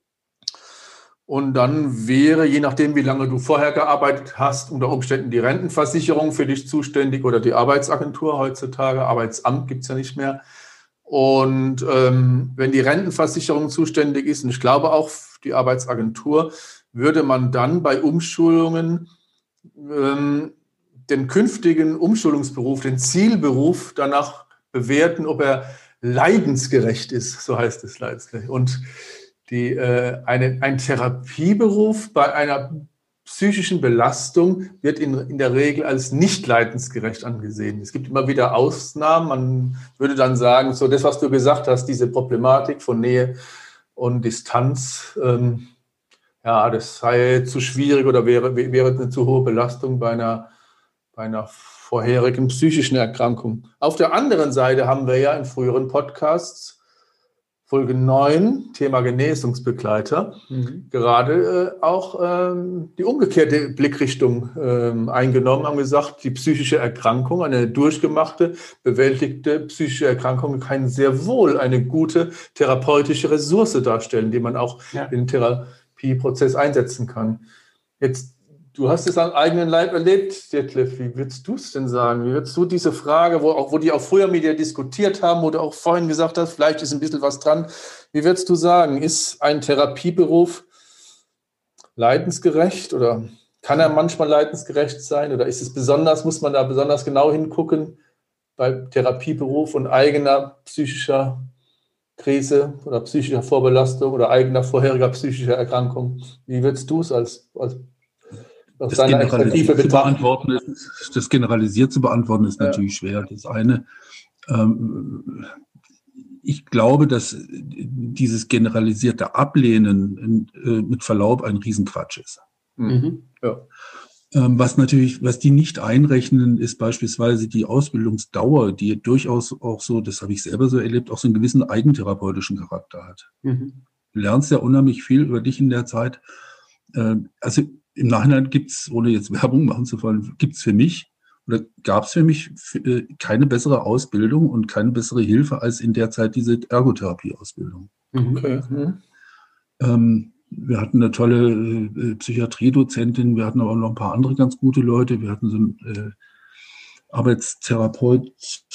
Und dann wäre, je nachdem, wie lange du vorher gearbeitet hast, unter Umständen die Rentenversicherung für dich zuständig oder die Arbeitsagentur heutzutage. Arbeitsamt gibt es ja nicht mehr. Und ähm, wenn die Rentenversicherung zuständig ist, und ich glaube auch die Arbeitsagentur, würde man dann bei Umschulungen ähm, den künftigen Umschulungsberuf, den Zielberuf danach bewerten, ob er leidensgerecht ist, so heißt es letztlich. Und die, äh, eine, ein Therapieberuf bei einer psychischen Belastung wird in, in der Regel als nicht leidensgerecht angesehen. Es gibt immer wieder Ausnahmen. Man würde dann sagen, so das, was du gesagt hast, diese Problematik von Nähe und Distanz, ähm, ja, das sei zu schwierig oder wäre, wäre eine zu hohe Belastung bei einer, bei einer vorherigen psychischen Erkrankung. Auf der anderen Seite haben wir ja in früheren Podcasts Folge neun, Thema Genesungsbegleiter, mhm. gerade äh, auch ähm, die umgekehrte Blickrichtung ähm, eingenommen, haben gesagt, die psychische Erkrankung, eine durchgemachte, bewältigte psychische Erkrankung kann sehr wohl eine gute therapeutische Ressource darstellen, die man auch ja. im Therapieprozess einsetzen kann. Jetzt, Du hast es am eigenen Leib erlebt, Detlef. Wie würdest du es denn sagen? Wie würdest du diese Frage, wo, auch, wo die auch früher mit dir diskutiert haben, wo du auch vorhin gesagt hast, vielleicht ist ein bisschen was dran. Wie würdest du sagen, ist ein Therapieberuf leidensgerecht oder kann er manchmal leidensgerecht sein? Oder ist es besonders, muss man da besonders genau hingucken bei Therapieberuf und eigener psychischer Krise oder psychischer Vorbelastung oder eigener vorheriger psychischer Erkrankung? Wie würdest du es als, als aus Das deiner Expertise generalisiert, zu betrachten? beantworten ist, das generalisiert zu beantworten ist Ja. natürlich schwer. Das eine, ähm, ich glaube, dass dieses generalisierte Ablehnen äh, mit Verlaub ein Riesenquatsch ist. Mhm. Ja. Ähm, was natürlich, was die nicht einrechnen, ist beispielsweise die Ausbildungsdauer, die durchaus auch so, das habe ich selber so erlebt, auch so einen gewissen eigentherapeutischen Charakter hat. Mhm. Du lernst ja unheimlich viel über dich in der Zeit. Äh, also im Nachhinein gibt's, ohne jetzt Werbung machen zu wollen, gibt's für mich oder gab's für mich äh, keine bessere Ausbildung und keine bessere Hilfe als in der Zeit diese Ergotherapie-Ausbildung. Okay. Mhm. Ähm, wir hatten eine tolle äh, Psychiatriedozentin, wir hatten aber auch noch ein paar andere ganz gute Leute. Wir hatten so einen äh, Arbeitstherapeut,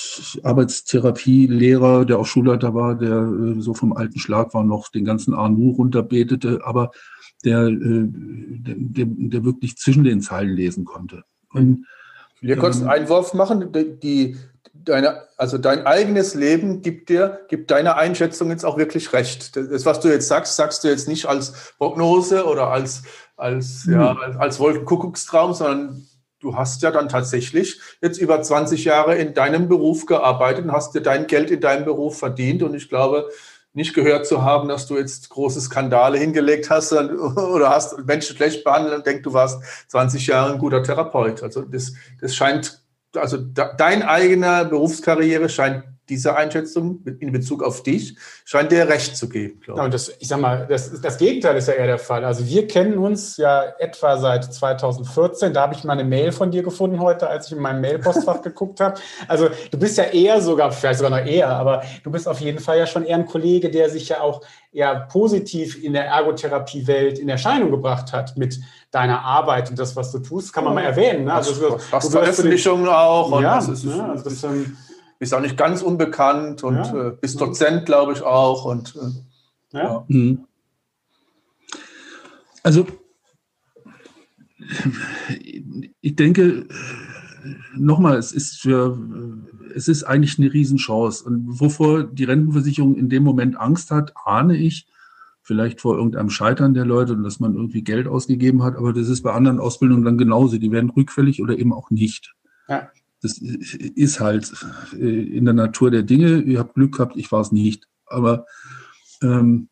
Arbeitstherapielehrer, der auch Schulleiter war, der äh, so vom alten Schlag war, noch den ganzen A N U runterbetete, aber der, äh, der, der wirklich zwischen den Zeilen lesen konnte. Und, ich will dir kurz einen Einwurf machen. Die, die, deine, also dein eigenes Leben gibt dir, gibt deiner Einschätzung jetzt auch wirklich recht. Das, was du jetzt sagst, sagst du jetzt nicht als Prognose oder als, als, mhm. ja, als, als Wolkenkuckuckstraum, sondern du hast ja dann tatsächlich jetzt über zwanzig Jahre in deinem Beruf gearbeitet und hast dir dein Geld in deinem Beruf verdient. Und ich glaube, nicht gehört zu haben, dass du jetzt große Skandale hingelegt hast oder hast Menschen schlecht behandelt und denkst, du warst zwanzig Jahre ein guter Therapeut. Also das, das scheint, also deine eigene Berufskarriere scheint diese Einschätzung in Bezug auf dich, scheint dir recht zu geben, glaube ich. Ja, und das, ich sag mal, das, das Gegenteil ist ja eher der Fall. Also wir kennen uns ja etwa seit zweitausendvierzehn. Da habe ich mal eine Mail von dir gefunden heute, als ich in meinem Mailpostfach geguckt habe. Also du bist ja eher sogar, vielleicht sogar noch eher, aber du bist auf jeden Fall ja schon eher ein Kollege, der sich ja auch eher positiv in der Ergotherapiewelt in Erscheinung gebracht hat mit deiner Arbeit und das, was du tust, kann man mal erwähnen. Ne? Also du hast Veröffentlichungen auch. Und ja, das ist, ne? Also das, ähm, bist auch nicht ganz unbekannt und ja. äh, bist Dozent, glaube ich, auch. Und, äh, ja. Ja. Also ich denke, nochmal, es ist für, es ist eigentlich eine Riesenchance. Und wovor die Rentenversicherung in dem Moment Angst hat, ahne ich, vielleicht vor irgendeinem Scheitern der Leute und dass man irgendwie Geld ausgegeben hat, aber das ist bei anderen Ausbildungen dann genauso. Die werden rückfällig oder eben auch nicht. Ja. Das ist halt in der Natur der Dinge. Ihr habt Glück gehabt, ich war es nicht. Aber ähm,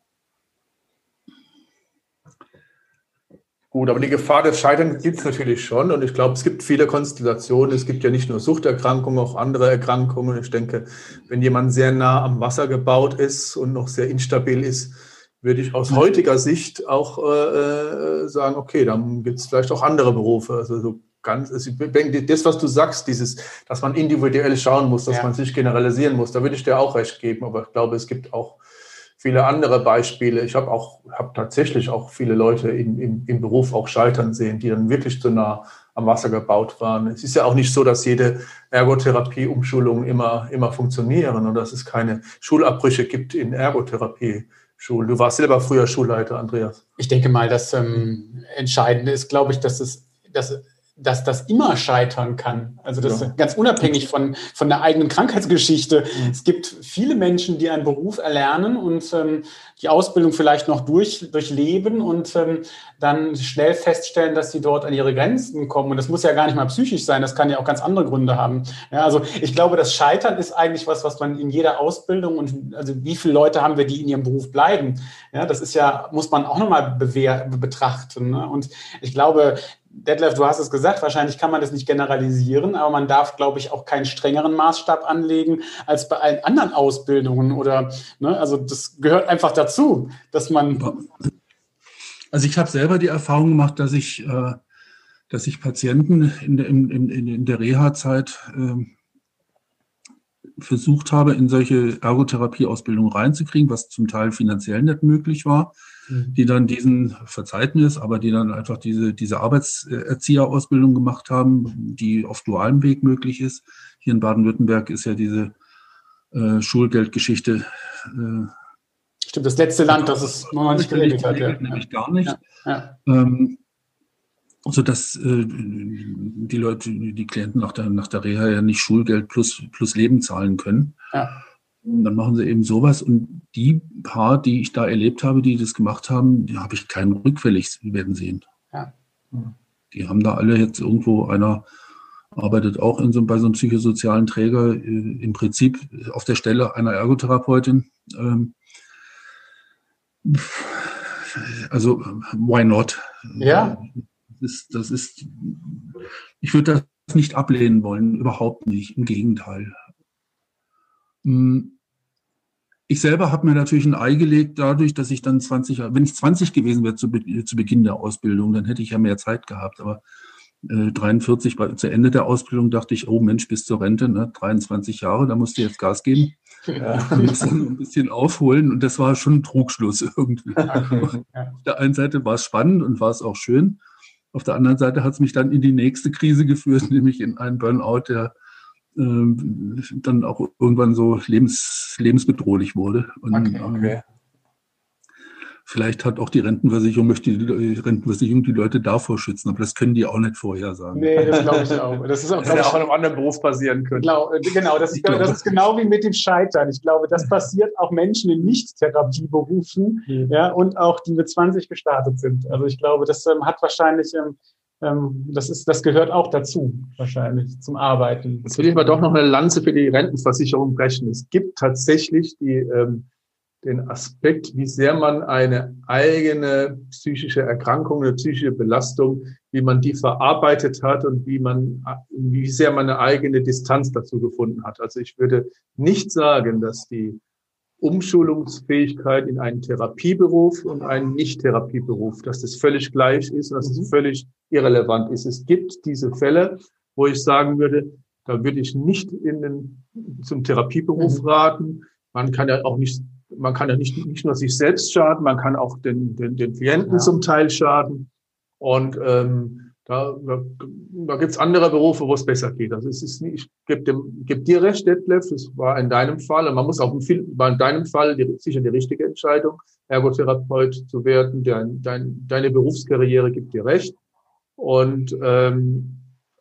gut, aber die Gefahr des Scheiterns gibt es natürlich schon. Und ich glaube, es gibt viele Konstellationen. Es gibt ja nicht nur Suchterkrankungen, auch andere Erkrankungen. Ich denke, wenn jemand sehr nah am Wasser gebaut ist und noch sehr instabil ist, würde ich aus heutiger Sicht auch äh, sagen, okay, dann gibt es vielleicht auch andere Berufe. Also so ganz, also ich denke, das, was du sagst, dieses, dass man individuell schauen muss, dass ja. man sich generalisieren muss, da würde ich dir auch recht geben. Aber ich glaube, es gibt auch viele andere Beispiele. Ich habe auch, habe tatsächlich auch viele Leute in, im, im Beruf auch scheitern sehen, die dann wirklich zu nah am Wasser gebaut waren. Es ist ja auch nicht so, dass jede Ergotherapie-Umschulung immer, immer funktionieren und dass es keine Schulabbrüche gibt in Ergotherapie-Schulen. Du warst selber früher Schulleiter, Andreas. Ich denke mal, das ähm, Entscheidende ist, glaube ich, dass es, dass dass das immer scheitern kann. Also das ja. ist ganz unabhängig von, von der eigenen Krankheitsgeschichte. Mhm. Es gibt viele Menschen, die einen Beruf erlernen und ähm, die Ausbildung vielleicht noch durch, durchleben und ähm, dann schnell feststellen, dass sie dort an ihre Grenzen kommen. Und das muss ja gar nicht mal psychisch sein, das kann ja auch ganz andere Gründe haben. Ja, also ich glaube, das Scheitern ist eigentlich was, was man in jeder Ausbildung und also wie viele Leute haben wir, die in ihrem Beruf bleiben? Ja, das ist ja, muss man auch nochmal bewehr, betrachten. Ne? Und ich glaube, Detlef, du hast es gesagt, wahrscheinlich kann man das nicht generalisieren, aber man darf, glaube ich, auch keinen strengeren Maßstab anlegen als bei allen anderen Ausbildungen oder, ne, also das gehört einfach dazu, dass man... Also ich habe selber die Erfahrung gemacht, dass ich, äh, dass ich Patienten in der, in, in, in der Reha-Zeit äh, versucht habe, in solche Ergotherapie-Ausbildungen reinzukriegen, was zum Teil finanziell nicht möglich war, mhm. die dann diesen, verzeiht mir es, aber die dann einfach diese, diese Arbeitserzieherausbildung gemacht haben, die auf dualem Weg möglich ist. Hier in Baden-Württemberg ist ja diese äh, Schulgeldgeschichte. Äh, Stimmt, das letzte Land, das es noch nicht geregelt hat. Ja. Nämlich gar nicht. Ja. Ja. Ähm, sodass äh, die Leute, die Klienten nach der, nach der Reha ja nicht Schulgeld plus, plus Leben zahlen können. Ja. Dann machen sie eben sowas. Und die paar, die ich da erlebt habe, die das gemacht haben, die habe ich keinen rückfällig werden sehen. Ja. Die haben da alle jetzt irgendwo, einer arbeitet auch in so, bei so einem psychosozialen Träger, äh, im Prinzip auf der Stelle einer Ergotherapeutin. Ähm, also, why not? Ja. Das ist, das ist, ich würde das nicht ablehnen wollen, überhaupt nicht, im Gegenteil. Ich selber habe mir natürlich ein Ei gelegt dadurch, dass ich dann zwanzig, wenn ich zwanzig gewesen wäre zu, zu Beginn der Ausbildung, dann hätte ich ja mehr Zeit gehabt, aber äh, dreiundvierzig, bei, zu Ende der Ausbildung dachte ich, oh Mensch, bis zur Rente, ne, dreiundzwanzig Jahre, da musst du jetzt Gas geben. Ja. Du musst dann ein bisschen aufholen und das war schon ein Trugschluss irgendwie. Okay. Ja. Auf der einen Seite war es spannend und war es auch schön. Auf der anderen Seite hat es mich dann in die nächste Krise geführt, nämlich in einen Burnout, der äh, dann auch irgendwann so lebens, lebensbedrohlich wurde. Und, okay, okay. Ähm, vielleicht hat auch die Rentenversicherung, möchte die Rentenversicherung die Leute davor schützen, aber das können die auch nicht vorhersagen. Nee, das glaube ich auch. Das ist auch, das auch in einem anderen Beruf passieren können. Genau, genau das, ist, das ist genau wie mit dem Scheitern. Ich glaube, das passiert auch Menschen in Nicht-Therapieberufen, mhm. ja, und auch die mit zwanzig gestartet sind. Also ich glaube, das ähm, hat wahrscheinlich, ähm, das ist, das gehört auch dazu, wahrscheinlich, zum Arbeiten. Jetzt will ich aber doch noch eine Lanze für die Rentenversicherung brechen. Es gibt tatsächlich die ähm, den Aspekt, wie sehr man eine eigene psychische Erkrankung, eine psychische Belastung, wie man die verarbeitet hat und wie man, wie sehr man eine eigene Distanz dazu gefunden hat. Also ich würde nicht sagen, dass die Umschulungsfähigkeit in einen Therapieberuf und einen Nicht-Therapieberuf, dass das völlig gleich ist und dass es völlig irrelevant ist. Es gibt diese Fälle, wo ich sagen würde, da würde ich nicht in den, zum Therapieberuf raten. Man kann ja auch nicht Man kann ja nicht, nicht nur sich selbst schaden, man kann auch den, den, den Klienten ja. zum Teil schaden. Und ähm, da, da, da gibt es andere Berufe, wo es besser geht. Also es ist nicht, ich gebe dem, geb dir recht, Detlef, das war in deinem Fall, und man muss auch in, war in deinem Fall die, sicher die richtige Entscheidung, Ergotherapeut zu werden. Dein, dein, deine Berufskarriere gibt dir recht. Und ähm,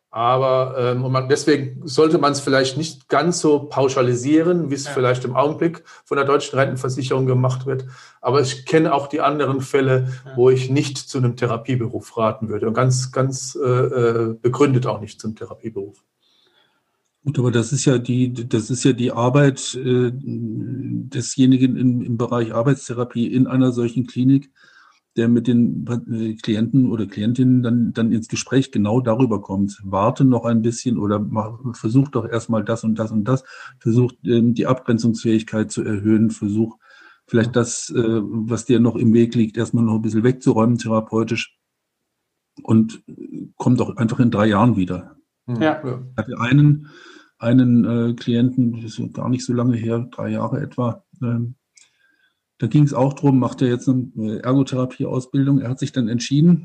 Aber ähm, und man, deswegen sollte man es vielleicht nicht ganz so pauschalisieren, wie es ja. vielleicht im Augenblick von der deutschen Rentenversicherung gemacht wird. Aber ich kenne auch die anderen Fälle, ja. wo ich nicht zu einem Therapieberuf raten würde. Und ganz, ganz äh, begründet auch nicht zum Therapieberuf. Gut, aber das ist ja die, das ist ja die Arbeit äh, desjenigen im, im Bereich Arbeitstherapie in einer solchen Klinik, der mit den Klienten oder Klientinnen dann, dann ins Gespräch genau darüber kommt. Warte noch ein bisschen oder mach, versuch doch erstmal das und das und das. Versuch, ähm, die Abgrenzungsfähigkeit zu erhöhen. Versuch, vielleicht das, äh, was dir noch im Weg liegt, erstmal noch ein bisschen wegzuräumen, therapeutisch. Und komm doch einfach in drei Jahren wieder. Ja. Ich hatte einen, einen äh, Klienten, das ist gar nicht so lange her, drei Jahre etwa, ähm, da ging es auch darum, macht er jetzt eine Ergotherapie-Ausbildung. Er hat sich dann entschieden,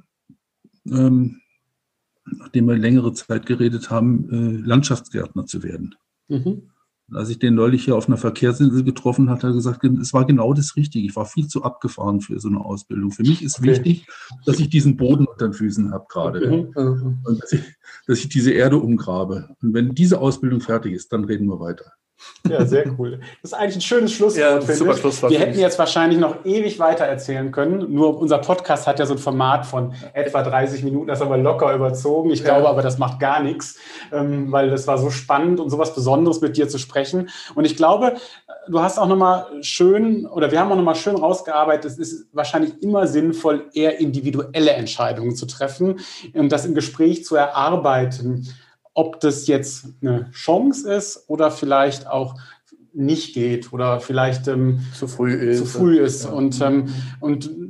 ähm, nachdem wir längere Zeit geredet haben, äh, Landschaftsgärtner zu werden. Mhm. Als ich den neulich hier auf einer Verkehrsinsel getroffen hatte, hat er gesagt, es war genau das Richtige. Ich war viel zu abgefahren für so eine Ausbildung. Für mich ist okay. wichtig, dass ich diesen Boden unter den Füßen habe gerade. Mhm. Und dass ich, dass ich diese Erde umgrabe. Und wenn diese Ausbildung fertig ist, dann reden wir weiter. Ja, sehr cool. Das ist eigentlich ein schönes Schlusswort. Ja, super Schlusswort. Wir hätten jetzt wahrscheinlich noch ewig weiter erzählen können. Nur unser Podcast hat ja so ein Format von etwa dreißig Minuten. Das haben wir locker überzogen. Ich ja. glaube aber, das macht gar nichts, weil das war so spannend und so was Besonderes mit dir zu sprechen. Und ich glaube, du hast auch nochmal schön, oder wir haben auch nochmal schön rausgearbeitet, es ist wahrscheinlich immer sinnvoll, eher individuelle Entscheidungen zu treffen und das im Gespräch zu erarbeiten. Ob das jetzt eine Chance ist oder vielleicht auch nicht geht oder vielleicht ähm, zu früh ist. Zu früh ist. Ja. Und, ähm, und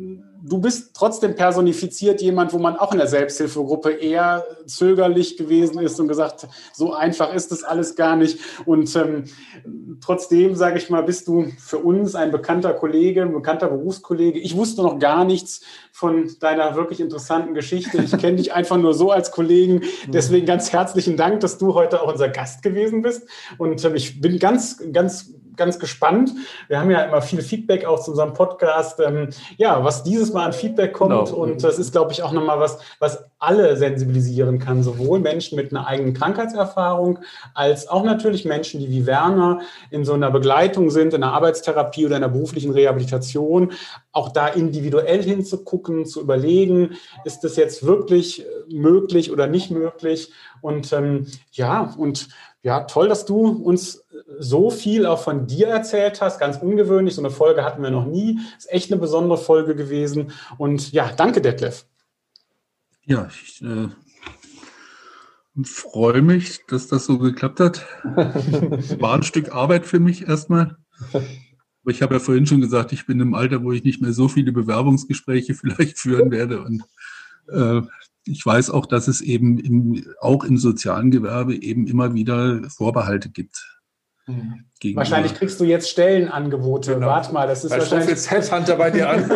du bist trotzdem personifiziert jemand, wo man auch in der Selbsthilfegruppe eher zögerlich gewesen ist und gesagt, so einfach ist das alles gar nicht. Und ähm, trotzdem, sage ich mal, bist du für uns ein bekannter Kollege, ein bekannter Berufskollege. Ich wusste noch gar nichts von deiner wirklich interessanten Geschichte. Ich kenne dich einfach nur so als Kollegen. Deswegen ganz herzlichen Dank, dass du heute auch unser Gast gewesen bist. Und ähm, ich bin ganz, ganz ganz gespannt. Wir haben ja immer viel Feedback auch zu unserem Podcast. Ähm, ja, was dieses Mal an Feedback kommt. Genau. Und das ist, glaube ich, auch nochmal was, was alle sensibilisieren kann. Sowohl Menschen mit einer eigenen Krankheitserfahrung, als auch natürlich Menschen, die wie Werner in so einer Begleitung sind, in einer Arbeitstherapie oder in einer beruflichen Rehabilitation. Auch da individuell hinzugucken, zu überlegen, ist das jetzt wirklich möglich oder nicht möglich? Und ähm, ja, und ja, toll, dass du uns so viel auch von dir erzählt hast. Ganz ungewöhnlich. So eine Folge hatten wir noch nie. Ist echt eine besondere Folge gewesen. Und ja, danke, Detlef. Ja, ich äh, freue mich, dass das so geklappt hat. War ein Stück Arbeit für mich erstmal. Aber ich habe ja vorhin schon gesagt, ich bin im Alter, wo ich nicht mehr so viele Bewerbungsgespräche vielleicht führen werde. Und äh, ich weiß auch, dass es eben im, auch im sozialen Gewerbe eben immer wieder Vorbehalte gibt. Mhm. Wahrscheinlich kriegst du jetzt Stellenangebote. Genau. Warte mal, das ist Weil wahrscheinlich... jetzt Headhunter bei dir an.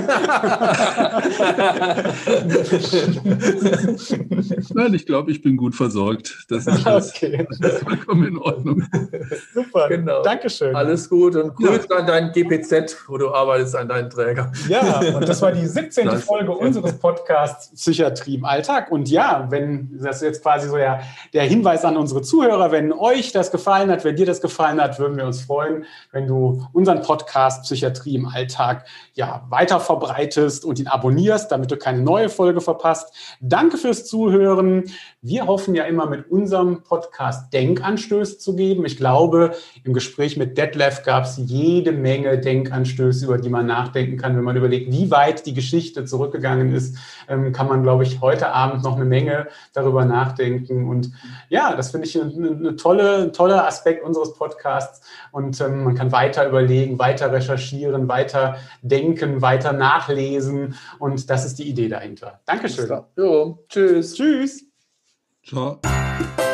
Nein, ich glaube, ich bin gut versorgt. Das ist okay. vollkommen in Ordnung. Super, genau. Dankeschön. Alles gut und grüß ja. an deinen G P Z, wo du arbeitest, an deinen Träger. Ja, und das war die siebzehnte Folge unseres Podcasts Psychiatrie im Alltag. Und ja, wenn das ist jetzt quasi so ja, der Hinweis an unsere Zuhörer, wenn euch das gefallen hat, wenn dir das gefallen hat, würden wir uns freuen, wenn du unseren Podcast Psychiatrie im Alltag ja, weiter verbreitest und ihn abonnierst, damit du keine neue Folge verpasst. Danke fürs Zuhören. Wir hoffen ja immer mit unserem Podcast Denkanstöße zu geben. Ich glaube, im Gespräch mit Detlef gab es jede Menge Denkanstöße, über die man nachdenken kann. Wenn man überlegt, wie weit die Geschichte zurückgegangen ist, kann man, glaube ich, heute Abend noch eine Menge darüber nachdenken. Und ja, das finde ich eine, eine tolle, ein toller Aspekt unseres Podcasts. Und ähm, man kann weiter überlegen, weiter recherchieren, weiter denken, weiter nachlesen. Und das ist die Idee dahinter. Dankeschön. Jo, tschüss. Tschüss. Ciao.